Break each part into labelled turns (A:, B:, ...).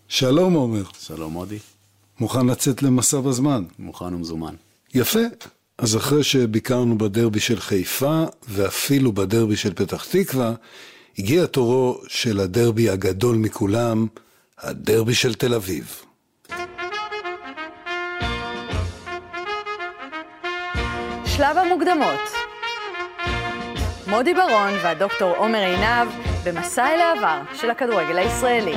A: שלום עומר.
B: שלום מודי.
A: מוכן לצאת למסע בזמן?
B: מוכן ומזומן.
A: יפה. אז אחרי שביקרנו בדרבי של חיפה ואפילו בדרבי של פתח תקווה, הגיע תורו של הדרבי הגדול מכולם, הדרבי של תל אביב.
C: שלב המוקדמות. מודי ברון והדוקטור עומר עינב במסע אל העבר של הכדורגל הישראלי.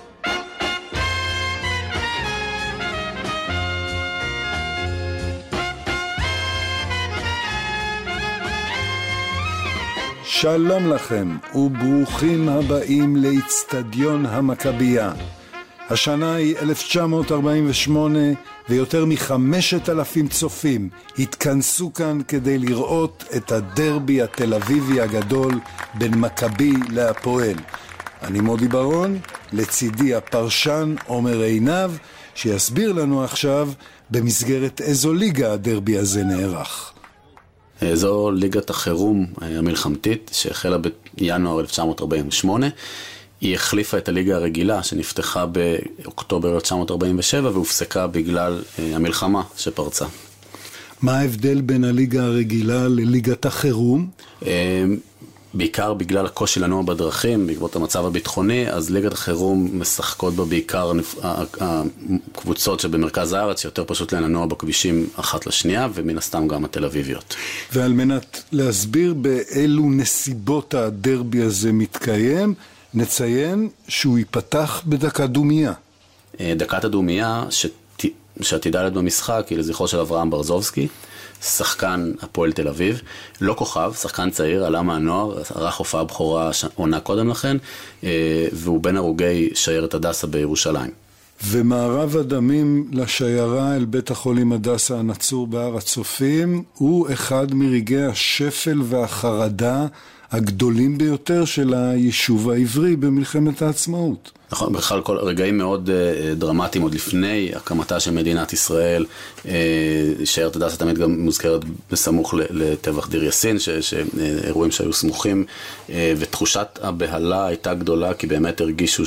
A: שלום לכם וברוכים הבאים לאצטדיון המכבייה. השנה היא 1948 ויותר מ5,000 צופים התכנסו כאן כדי לראות את הדרבי התל אביבי הגדול בין מכבי להפועל. אני מודי ברון, לצידי הפרשן עומר עינב, שיסביר לנו עכשיו במסגרת איזו ליגה הדרבי הזה נערך.
B: זו ליגת החירום המלחמתית שהחלה בינואר 1948. היא החליפה את הליגה הרגילה שנפתחה באוקטובר 1947 והופסקה בגלל המלחמה שפרצה.
A: מה ההבדל בין הליגה הרגילה לליגת החירום?
B: בעיקר בגלל הקושי לנוע בדרכים, בעקבות המצב הביטחוני, אז ליגת החירום משחקות בה בעיקר הקבוצות שבמרכז הארץ, שיותר פשוט לנוע בכבישים אחת לשנייה, ומן הסתם גם התל אביביות.
A: ועל מנת להסביר באילו נסיבות הדרבי הזה מתקיים, נציין שהוא ייפתח בדקת דומייה.
B: דקת הדומייה שעתידה להיות במשחק היא לזכרו של אברהם ברזובסקי, שחקן הפועל תל אביב, לא כוכב, שחקן צעיר, עלה מהנוער, ערך הופעה בכורה עונה קודם לכן, והוא בין הרוגי שיירת הדסה בירושלים.
A: ומערב הדמים לשיירה אל בית החולים הדסה הנצור בהר הצופים, הוא אחד מרגעי השפל והחרדה הגדולים ביותר של היישוב העברי במלחמת העצמאות.
B: נכון, בכלל כל רגעים מאוד דרמטיים עוד לפני הקמתה של מדינת ישראל. שיירת הדסה תמיד גם מוזכרת בסמוך לטבח דיר יאסין, שאירועים שהיו סמוכים, ותחושת הבהלה הייתה גדולה, כי באמת הרגישו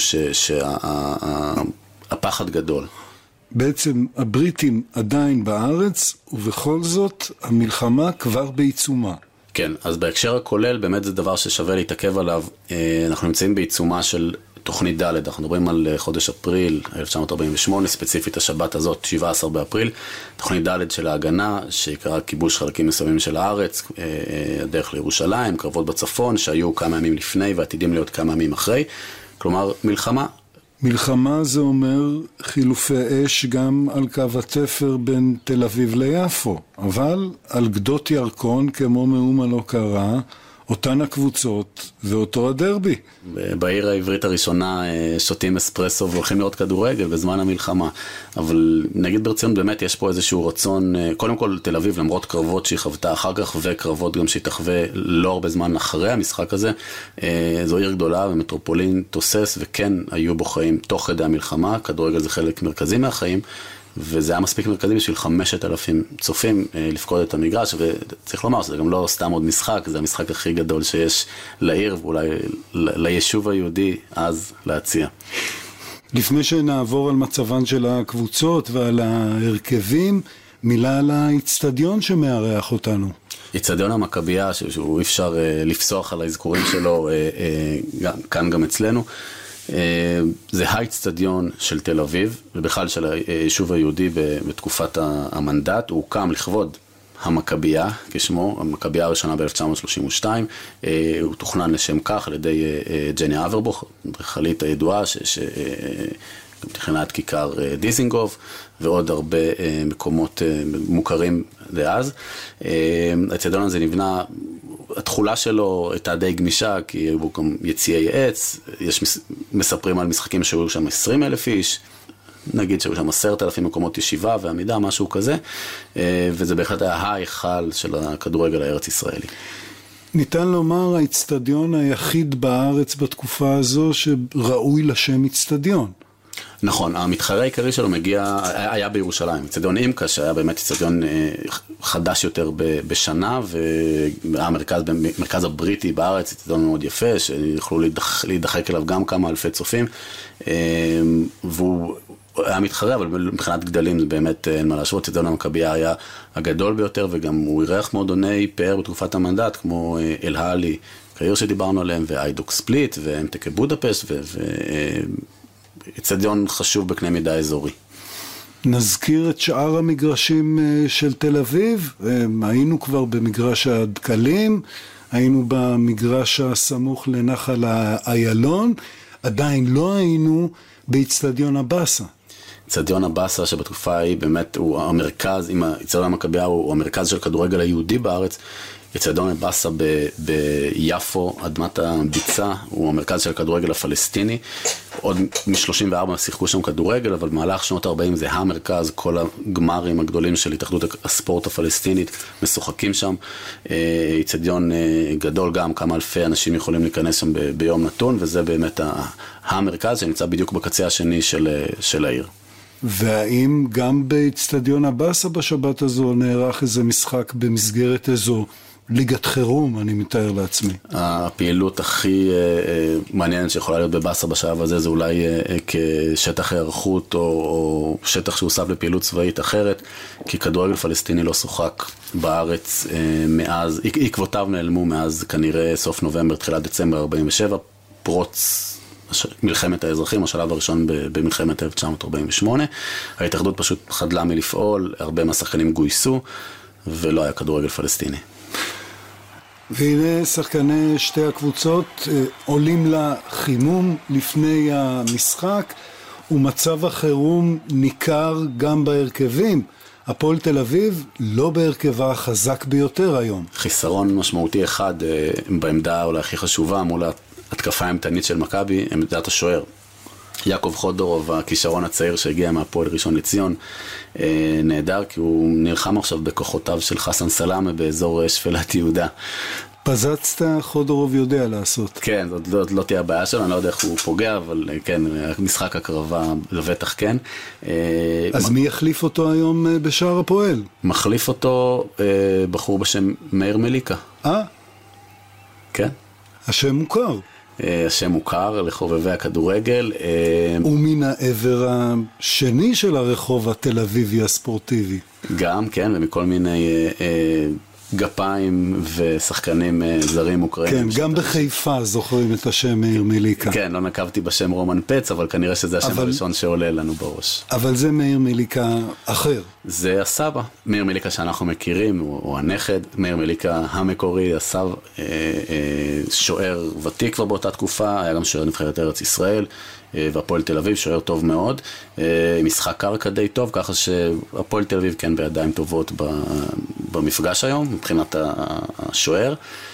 B: שהפחד גדול.
A: בעצם הבריטים עדיין בארץ, ובכל זאת המלחמה כבר בעיצומה.
B: כן, אז בהקשר הכולל באמת זה דבר ששווה להתעכב עליו. אנחנו נמצאים בעיצומה של תוכנית ד', אנחנו מדברים על חודש אפריל 1948, ספציפית השבת הזאת, 17 באפריל, תוכנית ד' של ההגנה, שיקרא כיבוש חלקים מסוימים של הארץ, הדרך לירושלים, קרבות בצפון, שהיו כמה ימים לפני ועתידים להיות כמה ימים אחרי, כלומר מלחמה.
A: מלחמה זה אומר חילופי אש גם על קו התפר בין תל אביב ליפו, אבל על גדות ירקון כמו מאומה לא קרה, אותן הקבוצות ואותו הדרבי.
B: בעיר העברית הראשונה שותים אספרסו והולכים לראות כדורגל בזמן המלחמה. אבל נגיד ברצינות באמת יש פה איזשהו רצון, קודם כל תל אביב למרות קרבות שהיא חוותה אחר כך וקרבות גם שהיא תחווה לא הרבה זמן אחרי המשחק הזה, זו עיר גדולה ומטרופולין תוסס וכן היו בו חיים תוך כדי המלחמה, כדורגל זה חלק מרכזי מהחיים, וזה היה מספיק מרכזי בשביל 5,000 צופים לפקוד את המגרש, וצריך לומר שזה גם לא סתם עוד משחק, זה המשחק הכי גדול שיש לעיר, ואולי ליישוב היהודי אז להציע.
A: לפני שנעבור על מצבן של הקבוצות ועל ההרכבים, מילה על האצטדיון שמארח אותנו.
B: אצטדיון המכבייה, שהוא אפשר לפסוח על האזכורים שלו, כאן גם אצלנו, זה האצטדיון של תל אביב, ובכלל של היישוב היהודי בתקופת המנדט, הוא הוקם לכבוד המכבייה, כשמו, המכבייה הראשונה ב-1932, הוא תוכנן לשם כך על ידי ג'ני אברבוך, אדריכלית הידועה, גם תכננה את כיכר דיזינגוף, ועוד הרבה מקומות מוכרים דאז. האצטדיון הזה נבנה, התחולה שלו הייתה די גמישה, כי הוא גם יציעי עץ, מספרים על משחקים שהיו שם 20,000 איש, נגיד שהיו שם 10,000 מקומות ישיבה ועמידה, משהו כזה, וזה בהחלט היה ההיכל של הכדורגל הארץ ישראלי.
A: ניתן לומר האצטדיון היחיד בארץ בתקופה הזו שראוי לשם אצטדיון.
B: נכון, המתחרה העיקרי שלו היה בירושלים, אצטדיון אימקה, שהיה באמת אצטדיון חדש יותר בשנה, והמרכז הבריטי בארץ, אצטדיון מאוד יפה, שיכולו להידחק אליו גם כמה אלפי צופים, והוא היה מתחרה, אבל מבחינת גדלים זה באמת אין מה להשוות. אצטדיון המכבייה היה הגדול ביותר, וגם הוא אירח מועדוני פאר בתקופת המנדט, כמו אל-הלי, קהיר שדיברנו עליהם, ואיידוק ספליט, ואמטקה בודפשט, ואצטדיון חשוב בקנה מידה אזורי.
A: נזכיר את שאר המגרשים של תל אביב, היינו כבר במגרש הדקלים, היינו במגרש הסמוך לנחל איילון, עדיין לא היינו באצטדיון הבאסה. אצטדיון
B: הבאסה שבתקופה ההיא באמת הוא המרכז, עם אצטדיון המכבייה הוא המרכז של כדורגל היהודי בארץ. אצטדיון הבאסה ביפו, אדמת הביצה, הוא המרכז של הכדורגל הפלסטיני. עוד מ-34 שיחקו שם כדורגל, אבל במהלך שנות 40 זה המרכז, כל הגמרים הגדולים של התאחדות הספורט הפלסטינית משוחקים שם. אצטדיון גדול גם, כמה אלפי אנשים יכולים להיכנס שם ביום נתון, וזה באמת המרכז שנמצא בדיוק בקצה השני של העיר.
A: והאם גם באצטדיון הבאסה בשבת הזו נערך איזה משחק במסגרת איזו ליגת חירום, אני מתאר לעצמי?
B: הפעילות הכי מעניינת שיכולה להיות בבאסה בשלב הזה, זה אולי כשטח הערכות או שטח שהוסף לפעילות צבאית אחרת, כי כדורגל פלסטיני לא שוחק בארץ מאז, עקבותיו נעלמו מאז כנראה סוף נובמבר, תחילת דצמבר 47, פרוץ מלחמת האזרחים, השלב הראשון במלחמת 1948. ההתאחדות פשוט חדלה מלפעול, הרבה מהשחקנים גויסו, ולא היה כדורגל פלסטיני.
A: והנה שחקני שתי הקבוצות עולים לחימום לפני המשחק, ומצב החירום ניכר גם בהרכבים. הפועל תל אביב לא בהרכבה החזק ביותר היום.
B: חיסרון משמעותי אחד בעמדה אולי הכי חשובה מול התקפה האימתנית של מכבי, עמדת השוער. יעקב חודורוב, הכישרון הצעיר שהגיע מהפועל ראשון לציון, נהדר, כי הוא נלחם עכשיו בכוחותיו של חסן סלאמה באזור שפלת יהודה.
A: פזצת, חודורוב יודע לעשות.
B: כן, זאת לא תהיה הבעיה שלו, אני לא יודע איך הוא פוגע, אבל כן, משחק הקרבה לבטח כן.
A: אז מי יחליף אותו היום בשער הפועל?
B: מחליף אותו בחור בשם מאיר מליקה. כן.
A: השם מוכר.
B: השם מוכר לחובבי הכדורגל.
A: ומן העבר השני של הרחוב התל אביבי הספורטיבי.
B: גם, כן, ומכל מיני גפיים ושחקנים זרים אוקראינים.
A: כן, גם בחיפה זוכרים את השם מאיר מליקה.
B: כן, לא נקבתי בשם רומן פץ, אבל כנראה שזה השם הראשון שעולה לנו בראש.
A: אבל זה מאיר מליקה אחר.
B: זה הסבא. מאיר מליקה שאנחנו מכירים, הוא הנכד. מאיר מליקה המקורי, הסב, שוער ותיק כבר באותה תקופה, היה גם שוער נבחרת ארץ ישראל, והפועל תל אביב, שוער טוב מאוד, משחק קרקע די טוב, ככה שהפועל תל אביב כן בידיים טובות במפגש היום, מבחינת השוער.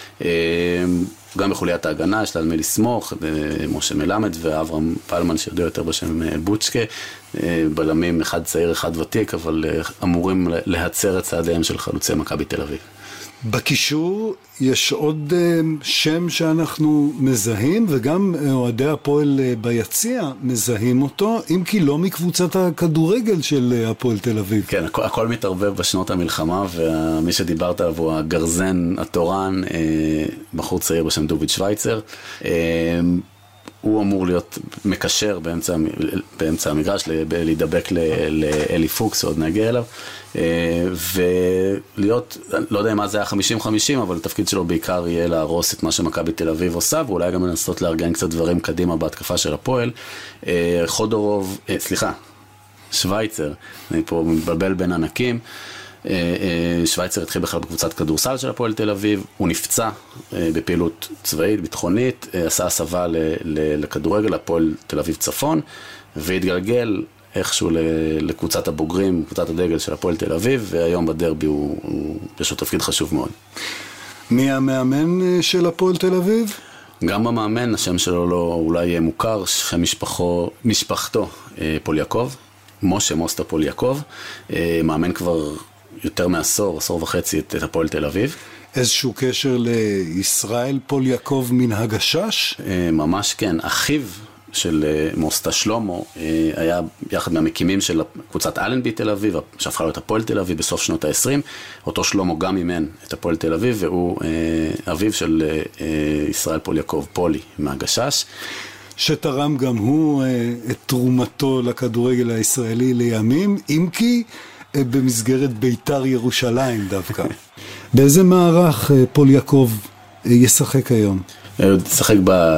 B: גם בחוליית ההגנה, יש לה על מי לסמוך, משה מלמד ואברהם פלמן שיודע יותר בשם בוצ'קה, בלמים אחד צעיר, אחד ותיק, אבל אמורים להצר את צעדיהם של חלוצי מכבי תל אביב.
A: בקישור יש עוד שם שאנחנו מזהים, וגם אוהדי הפועל ביציע מזהים אותו, אם כי לא מקבוצת הכדורגל של הפועל תל אביב.
B: כן, הכל מתערבב בשנות המלחמה, ומי שדיברת עליו הוא הגרזן התורן, בחור צעיר בשם דוד שוויצר. הוא אמור להיות מקשר באמצע המגרש, להידבק לאלי פוקס, עוד נגיע אליו, ולהיות, לא יודע מה זה היה 50-50, אבל התפקיד שלו בעיקר יהיה להרוס את מה שמכבי תל אביב עושה, ואולי גם לנסות לארגן קצת דברים קדימה בהתקפה של הפועל. שוויצר, אני פה מבלבל בין ענקים, שוויצר התחיל בכלל בקבוצת כדורסל של הפועל תל אביב, הוא נפצע בפעילות צבאית, ביטחונית, עשה הסבה לכדורגל, הפועל תל אביב צפון, והתגלגל איכשהו לקבוצת הבוגרים, קבוצת הדגל של הפועל תל אביב, והיום בדרבי יש לו תפקיד חשוב מאוד.
A: מי המאמן של הפועל תל אביב?
B: גם המאמן, השם שלו לא אולי יהיה מוכר, שם משפחתו פוליאקוב, משה מוסטה פוליאקוב, מאמן כבר יותר מעשור, עשור וחצי את הפועל תל אביב.
A: איזשהו קשר לישראל פוליאקוב מן הגשש?
B: ממש כן, אחיו של מוסטה שלמה היה יחד מהמקימים של קבוצת אלנבי תל אביב, שהפכה לו את הפועל תל אביב בסוף שנות ה-20. אותו שלמה גם אימן את הפועל תל אביב, והוא אביו של ישראל פוליאקוב, פולי מהגשש.
A: שתרם גם הוא את תרומתו לכדורגל הישראלי לימים, אם כי במסגרת בית"ר ירושלים דווקא. באיזה מערך פול יעקב ישחק היום?
B: הוא ישחק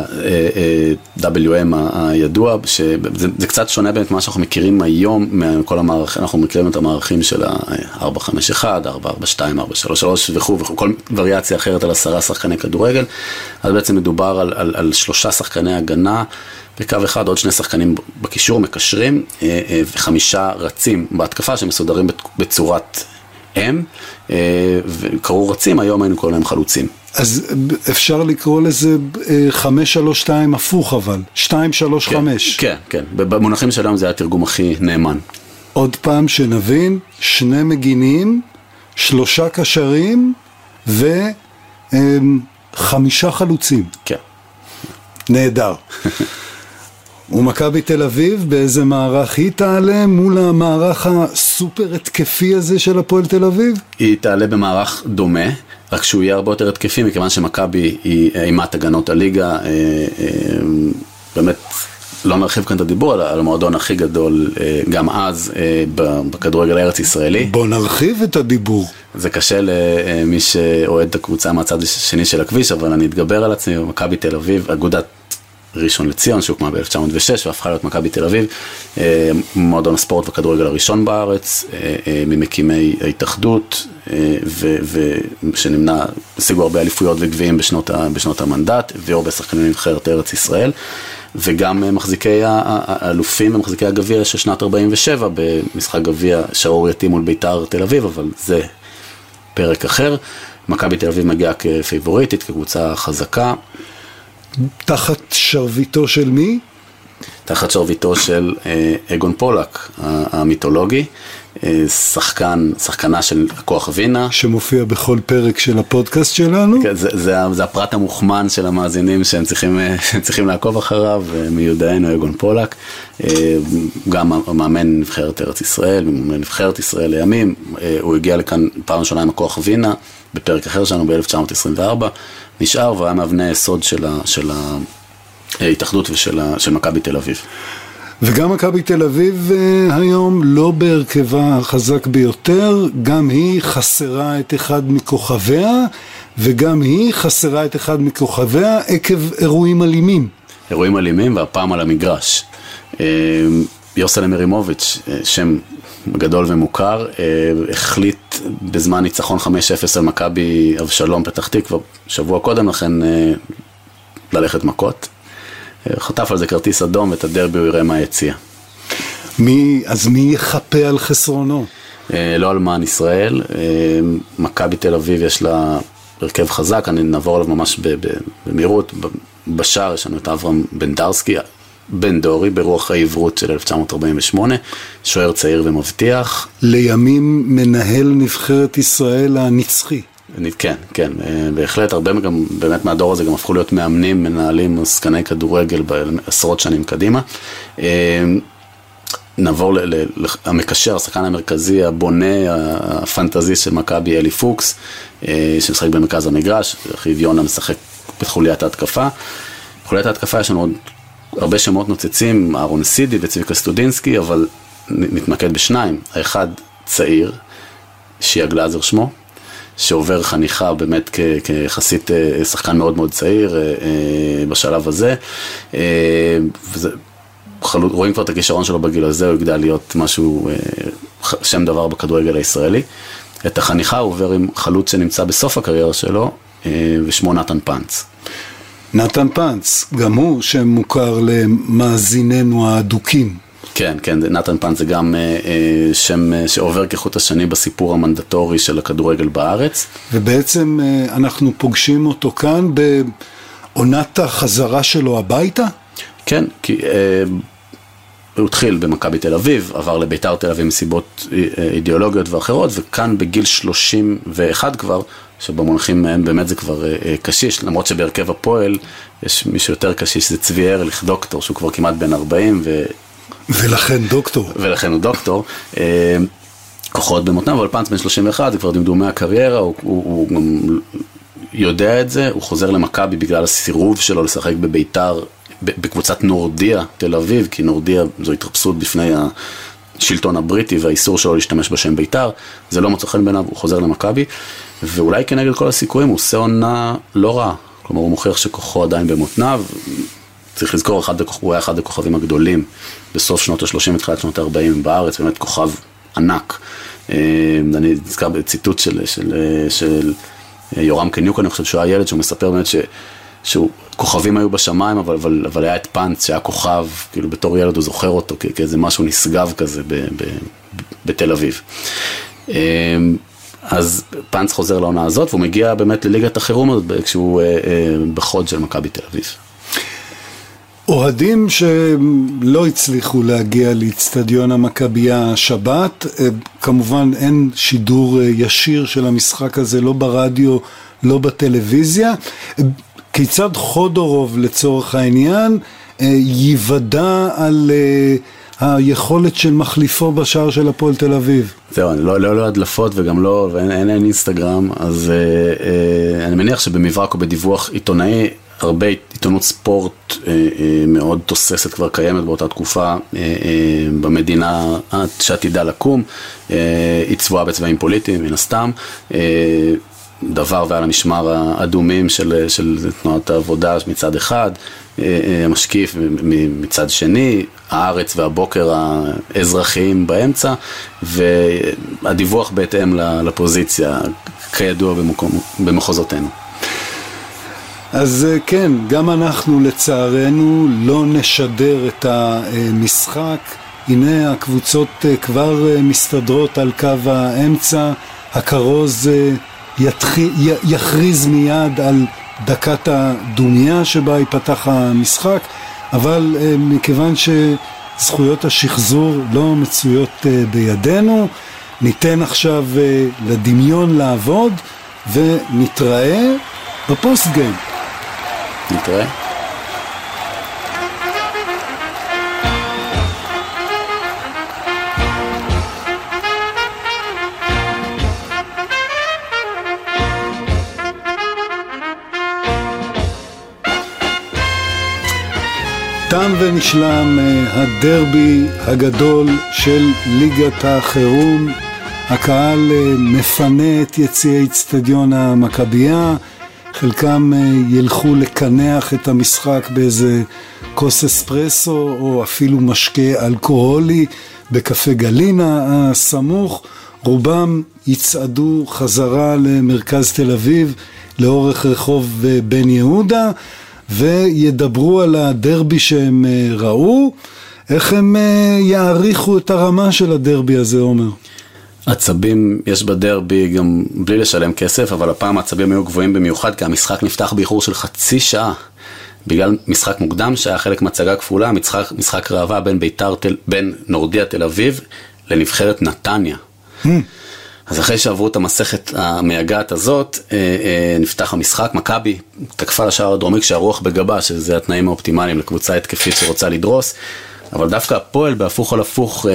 B: ב-WM הידוע, שזה קצת שונה באמת מה שאנחנו מכירים היום מכל המערכים, אנחנו מכירים את המערכים של ה-4-5-1, 4-4-2, 4-3-3 וכו', כל וריאציה אחרת על 10 שחקני כדורגל, אז בעצם מדובר על 3 שחקני הגנה, בקו אחד עוד 2 שחקנים בקישור מקשרים, ו5 רצים בהתקפה שמסודרים בצורת M, וקראו רצים, היום היינו קוראים להם חלוצים.
A: אז אפשר לקרוא לזה 5-3-2 הפוך אבל, 2-3-5.
B: כן, כן. במונחים שלנו זה היה התרגום הכי נאמן.
A: עוד פעם שנבין, 2 מגינים, 3 קשרים ו5 חלוצים.
B: כן.
A: נהדר. ומכבי תל אביב, באיזה מערך היא תעלה מול המערך הסופר התקפי הזה של הפועל תל אביב?
B: היא תעלה במערך דומה, רק שהוא יהיה הרבה יותר התקפי, מכיוון שמכבי היא אימת הגנות הליגה, באמת לא נרחיב כאן את הדיבור על המועדון הכי גדול, גם אז בכדורגל הארץ ישראלי.
A: בוא נרחיב את הדיבור.
B: זה קשה למי שאוהד את הקבוצה מהצד השני של הכביש, אבל אני אתגבר על עצמי, מכבי תל אביב, אגודת ראשון לציון שהוקמה ב-1906 והפכה להיות מכבי תל אביב, מועדון הספורט והכדורגל הראשון בארץ, ממקימי ההתאחדות, ושנמנע, השיגו הרבה אליפויות וגביעים בשנות המנדט, והרבה שחקנים נבחרת ארץ ישראל, וגם מחזיקי האלופים ומחזיקי הגביע של שנת 47 במשחק גביע שערורייתי מול בית"ר תל אביב, אבל זה פרק אחר. מכבי תל אביב מגיעה כפייבוריטית, כקבוצה חזקה.
A: תחת שרביטו של מי?
B: תחת שרביטו של אגון פולק, המיתולוגי, שחקנה של הכוח וינה.
A: שמופיע בכל פרק של הפודקאסט שלנו.
B: כן, זה הפרט המוכמן של המאזינים שהם צריכים לעקוב אחריו, מיודענו אגון פולק, גם מאמן נבחרת ארץ ישראל, מאמן נבחרת ישראל לימים, הוא הגיע לכאן פעם ראשונה עם הכוח וינה, בפרק אחר שלנו ב-1924, נשאר והיה מאבני היסוד של ההתאחדות ושל מכבי תל אביב.
A: וגם מכבי תל אביב היום לא בהרכבה החזק ביותר, גם היא חסרה את אחד מכוכביה, וגם היא חסרה את אחד מכוכביה עקב אירועים אלימים. אירועים
B: אלימים והפעם על המגרש. יוסלם מרימוביץ', שם גדול ומוכר, החליט בזמן ניצחון 5-0 על מכבי אבשלום פתח תקווה, שבוע קודם לכן ללכת מכות. חטף על זה כרטיס אדום, ואת הדרבי הוא יראה מהיציאה.
A: אז מי יחפה על חסרונו?
B: לא אלמן ישראל. מכבי תל אביב יש לה הרכב חזק, אני נעבור עליו ממש במהירות. בשער יש לנו את אברהם בנדרסקי, בן דורי, ברוח העברות של 1948, שוער צעיר ומבטיח.
A: לימים מנהל נבחרת ישראל הנצחי.
B: כן, כן, בהחלט, הרבה גם, באמת מהדור הזה גם הפכו להיות מאמנים, מנהלים, שחקני כדורגל בעשרות שנים קדימה. נעבור למקשר, השחקן המרכזי, הבונה, הפנטזי של מכבי, אלי פוקס, שמשחק במרכז המגרש, אחיו יונה משחק בחוליית ההתקפה. בחוליית ההתקפה יש לנו עוד הרבה שמות נוצצים, אהרון סידי וצביקה סטודינסקי, אבל נתמקד בשניים. האחד צעיר, שיה גלאזר שמו, שעובר חניכה באמת כיחסית שחקן מאוד מאוד צעיר בשלב הזה, רואים כבר את הכישרון שלו בגיל הזה, הוא יגדל להיות משהו, שם דבר בכדורגל הישראלי. את החניכה הוא עובר עם חלוץ שנמצא בסוף הקריירה שלו, ושמו נתן פנץ.
A: נתן פנץ, גם הוא שם מוכר למאזיננו האדוקים.
B: כן, כן, נתן פנץ זה גם שם שעובר כחוט השני בסיפור המנדטורי של הכדורגל בארץ.
A: ובעצם אנחנו פוגשים אותו כאן בעונת החזרה שלו הביתה?
B: כן, כי הוא התחיל במכבי תל אביב, עבר לביתר תל אביב מסיבות אידיאולוגיות ואחרות, וכאן בגיל 31 כבר, שבמונחים באמת זה כבר קשיש, למרות שבהרכב הפועל יש מישהו יותר קשיש, זה צבי ארליך, דוקטור, שהוא כבר כמעט בן 40
A: ולכן דוקטור.
B: ולכן הוא דוקטור. כוחות במותניו, אבל פנץ בן 31, זה כבר דמדומי הקריירה, הוא גם יודע את זה, הוא חוזר למכבי בגלל הסירוב שלו לשחק בביתר בקבוצת נורדיה תל אביב, כי נורדיה זו התרפסות בפני השלטון הבריטי והאיסור שלו להשתמש בשם בית"ר, זה לא מוצא חן בעיניו, הוא חוזר למכבי, ואולי כנגד כל הסיכויים הוא עושה עונה לא רע, כלומר הוא מוכיח שכוחו עדיין במותניו, צריך לזכור, הוא היה אחד הכוכבים הגדולים בסוף שנות ה-30 ותחילת שנות ה-40 בארץ, באמת כוכב ענק. אני נזכר בציטוט של יורם קניוק, אני חושב שהוא היה ילד, שהוא מספר באמת שכוכבים היו בשמיים, אבל היה את פאנץ שהיה כוכב, כאילו בתור ילד הוא זוכר אותו כאיזה משהו נשגב כזה בתל אביב. אז פאנץ חוזר לעונה הזאת, והוא מגיע באמת לליגת החירום הזאת, כשהוא בחוד של מכבי תל אביב.
A: אוהדים שלא הצליחו להגיע לאצטדיון המכבייה השבת, כמובן אין שידור ישיר של המשחק הזה, לא ברדיו, לא בטלוויזיה. כיצד חודורוב לצורך העניין יוודא על היכולת של מחליפו בשער של הפועל תל אביב?
B: זהו, לא הדלפות וגם לא, ואין אינסטגרם, אז אני מניח שבמברק או בדיווח עיתונאי, הרבה עיתונות ספורט מאוד תוססת כבר קיימת באותה תקופה במדינה שעתידה לקום, היא צבועה בצבעים פוליטיים מן הסתם, דבר ועל המשמר האדומים של תנועת העבודה מצד אחד, המשקיף מצד שני, הארץ והבוקר האזרחיים באמצע, והדיווח בהתאם לפוזיציה כידוע במחוזותינו.
A: אז כן, גם אנחנו לצערנו לא נשדר את המשחק. הנה הקבוצות כבר מסתדרות על קו האמצע, הכרוז יכריז מיד על דקת הדומיה שבה ייפתח המשחק, אבל מכיוון שזכויות השחזור לא מצויות בידינו, ניתן עכשיו לדמיון לעבוד ונתראה בפוסט גיים.
B: נתראה.
A: תם ונשלם הדרבי הגדול של ליגת החירום. הקהל מפנה את יציעי אצטדיון המכבייה, חלקם ילכו לקנח את המשחק באיזה כוס אספרסו או אפילו משקה אלכוהולי בקפה גלינה הסמוך. רובם יצעדו חזרה למרכז תל אביב לאורך רחוב בן יהודה וידברו על הדרבי שהם ראו. איך הם יעריכו את הרמה של הדרבי הזה, עומר?
B: עצבים יש בדרבי גם בלי לשלם כסף, אבל הפעם עצבים היו גבוהים במיוחד, כי המשחק נפתח באיחור של חצי שעה, בגלל משחק מוקדם שהיה חלק מצגה כפולה, משחק ראווה בין נורדיה תל אביב לנבחרת נתניה. אז אחרי שעברו את המסכת המייגעת הזאת, נפתח המשחק, מכבי תקפה לשער הדרומי כשהרוח בגבה, שזה התנאים האופטימליים לקבוצה התקפית שרוצה לדרוס, אבל דווקא הפועל בהפוך על הפוך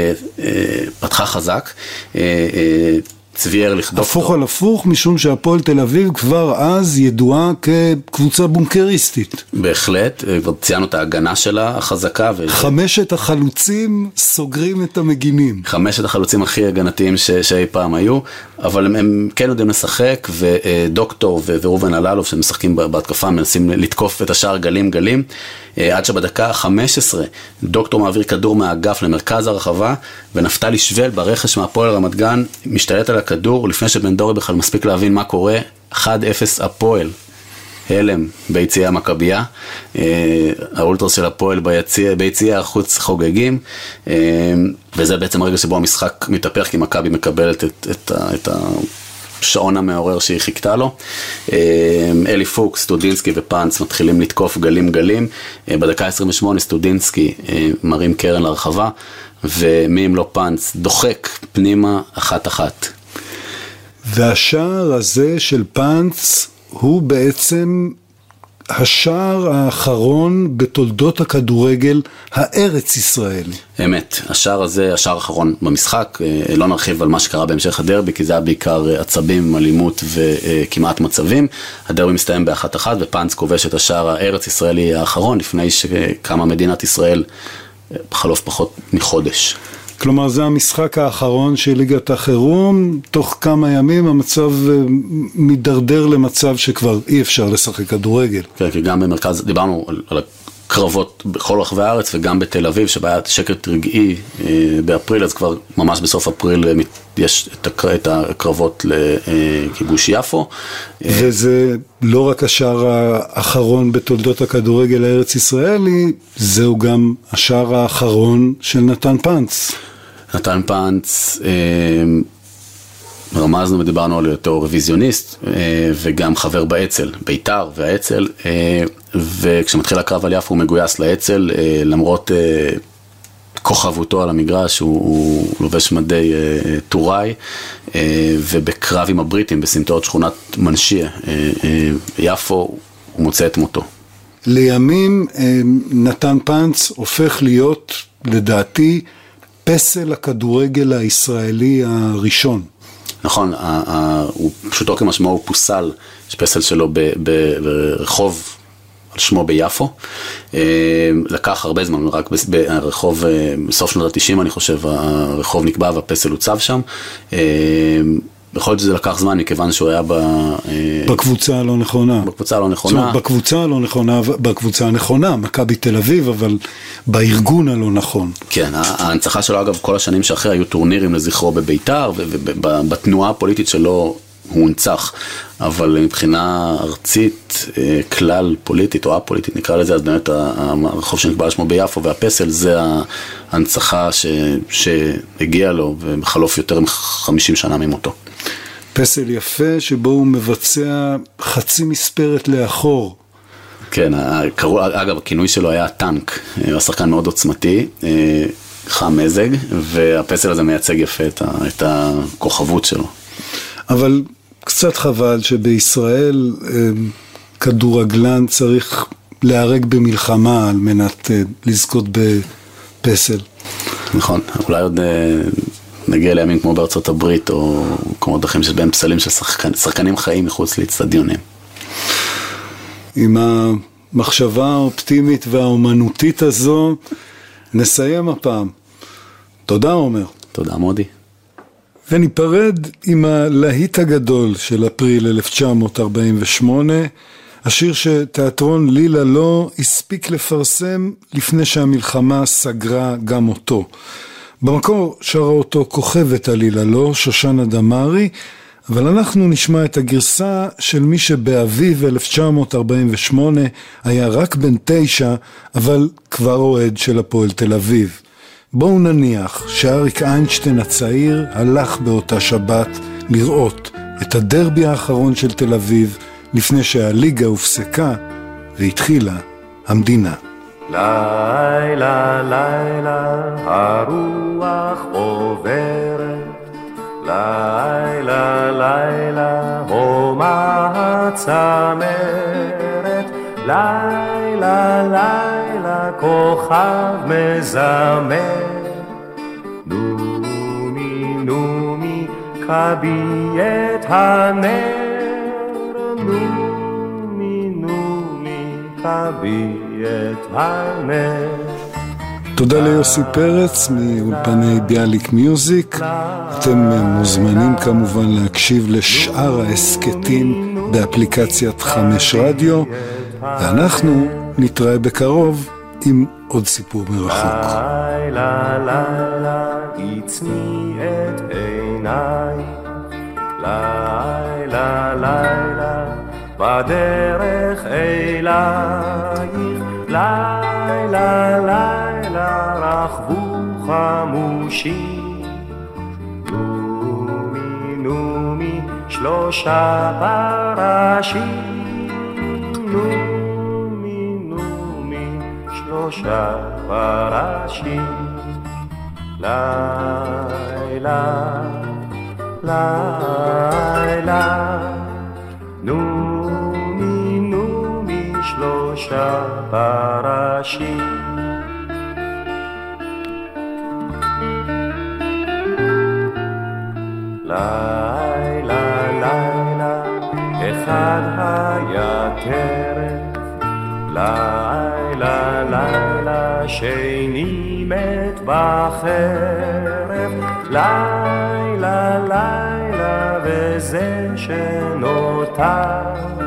B: פתחה חזק, צבייר לכדוף.
A: הפוך על הפוך, משום שהפועל תל אביב כבר אז ידועה כקבוצה בונקריסטית.
B: בהחלט, כבר ציינו את ההגנה שלה החזקה.
A: חמשת החלוצים סוגרים את המגינים.
B: חמשת החלוצים הכי הגנתיים שאי פעם היו, אבל הם כן יודעים לשחק, ודוקטור ורובן אללוב שמשחקים בהתקפה מנסים לתקוף את השער גלים, עד שבדקה 15 דוקטור מעביר כדור מהאגף למרכז הרחבה, ונפתלי שוול ברכש מהפועל רמת גן משתלט על הכדור לפני שבן דורי בכלל מספיק להבין מה קורה. 1-0 הפועל, הלם ביציעי המכבייה, האולטרס של הפועל ביציעי החוץ חוגגים, וזה בעצם הרגע שבו המשחק מתהפך, כי מכבי מקבלת את השעון המעורר שהיא חיכתה לו. אלי פוקס, סטודינסקי ופאנץ מתחילים לתקוף גלים, בדקה 28 סטודינסקי מרים קרן לרחבה, ומי אם לא פאנץ דוחק פנימה 1-1.
A: והשער הזה של פאנץ הוא בעצם השער האחרון בתולדות הכדורגל הארץ ישראלי.
B: אמת, השער הזה, השער האחרון במשחק, לא נרחיב על מה שקרה בהמשך הדרבי, כי זה היה בעיקר עצבים, אלימות וכמעט מצבים. הדרבי מסתיים ב1-1, ופאנץ כובש את השער הארץ ישראלי האחרון, לפני שקמה מדינת ישראל בחלוף פחות מחודש.
A: כלומר, זה המשחק האחרון של ליגת החירום, תוך כמה ימים המצב מדרדר למצב שכבר אי אפשר לשחק כדורגל.
B: כן, כי גם במרכז, דיברנו על הקרבות בכל רחבי הארץ, וגם בתל אביב, שבה היה שקט רגעי באפריל, אז כבר ממש בסוף אפריל יש את הקרבות לכיבוש יפו.
A: וזה לא רק השער האחרון בתולדות הכדורגל הארץ ישראלי, זהו גם השער האחרון של נתן פאנץ.
B: נתן פאנץ, רמזנו ודיברנו על היותו רוויזיוניסט, וגם חבר באצ"ל, בית"ר והאצ"ל, וכשמתחיל הקרב על יפו הוא מגויס לאצ"ל, למרות כוכבותו על המגרש, הוא לובש מדי טוראי, ובקרב עם הבריטים בסמטאות שכונת מנשיה, יפו, הוא מוצא את מותו.
A: לימים נתן פאנץ הופך להיות, לדעתי, פסל הכדורגל הישראלי הראשון.
B: נכון, הוא פשוטו כמשמעו הוא פוסל, יש פסל שלו ברחוב על שמו ביפו, לקח הרבה זמן, רק ברחוב, בסוף שנות ה-90 אני חושב, הרחוב נקבע והפסל הוצב שם, בכל זאת זה לקח זמן מכיוון שהוא היה
A: בקבוצה הלא נכונה.
B: בקבוצה הלא נכונה.
A: בקבוצה הלא נכונה, בקבוצה הנכונה, מכבי תל אביב, אבל בארגון הלא נכון.
B: כן, ההנצחה שלו אגב כל השנים שאחרי היו טורנירים לזכרו בביתר, ובתנועה הפוליטית שלו הוא הונצח, אבל מבחינה ארצית, כלל פוליטית או א-פוליטית נקרא לזה, אז באמת הרחוב שנקבע על שמו ביפו והפסל זה ההנצחה שהגיע לו ובחלוף יותר מ-50 שנה ממותו.
A: פסל יפה שבו הוא מבצע חצי מספרת לאחור.
B: כן, אגב הכינוי שלו היה טנק, הוא שחקן מאוד עוצמתי, חם מזג, והפסל הזה מייצג יפה את הכוכבות שלו.
A: אבל קצת חבל שבישראל כדורגלן צריך להיהרג במלחמה על מנת לזכות בפסל.
B: נכון, אולי עוד נגיע לימים כמו בארצות הברית או כמו דרכים שבהם פסלים של שחקנים חיים מחוץ לאצטדיונים.
A: עם המחשבה האופטימית והאומנותית הזו נסיים הפעם. תודה עומר.
B: תודה מודי.
A: וניפרד עם הלהיט הגדול של אפריל 1948, השיר שתיאטרון לילה לא הספיק לפרסם לפני שהמלחמה סגרה גם אותו. במקור שרה אותו כוכבת הלילה לא, שושנה דמארי, אבל אנחנו נשמע את הגרסה של מי שבאביב 1948 היה רק בן 9, אבל כבר אוהד של הפועל תל אביב. בואו נניח שאריק איינשטיין הצעיר הלך באותה שבת לראות את הדרבי האחרון של תל אביב לפני שהליגה הופסקה והתחילה המדינה.
D: לילה לילה הרוח עוברת, לילה לילה הומה הצמרת, לילה לילה כוכב מזמר, נומי נומי כבי את הנר, נומי נומי כבי את הנר.
A: תודה ליוסי פרץ מאולפני ביאליק מיוזיק. אתם מוזמנים כמובן להקשיב לשאר העסקטים באפליקציית 5 רדיו, ואנחנו נתראה בקרוב עם עוד סיפור מרחוק.
D: לילה לילה עצמי את עיניי, לילה לילה בדרך אלייך, לילה לילה רכבו חמושים, נומי נומי 3 פרשים, נומי נומי 3 פרשים, לילה לילה נומי נומי 3 פרשים. לילה לילה אחד היה טרף, לילה לילה שני מת בחרב, לילה לילה וזה שנותר,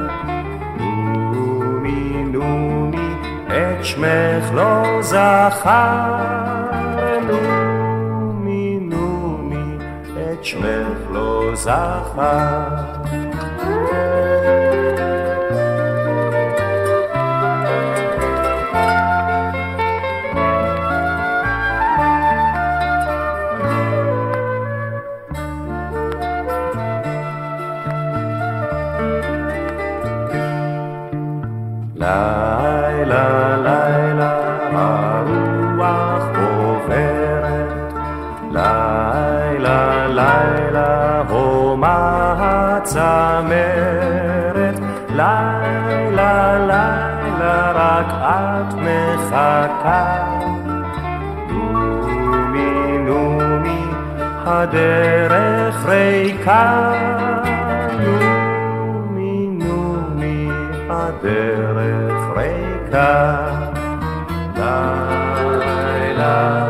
D: נומי נומי את שמך לא זכר, נומי נומי את שמך לא זכר. לילה לילה הרוח עוברת, לילה לילה הומה הצמרת, לילה לילה רק את מחכה, נומי נומי הדרך ריקה, נומי נומי הדרך ריקה, לילה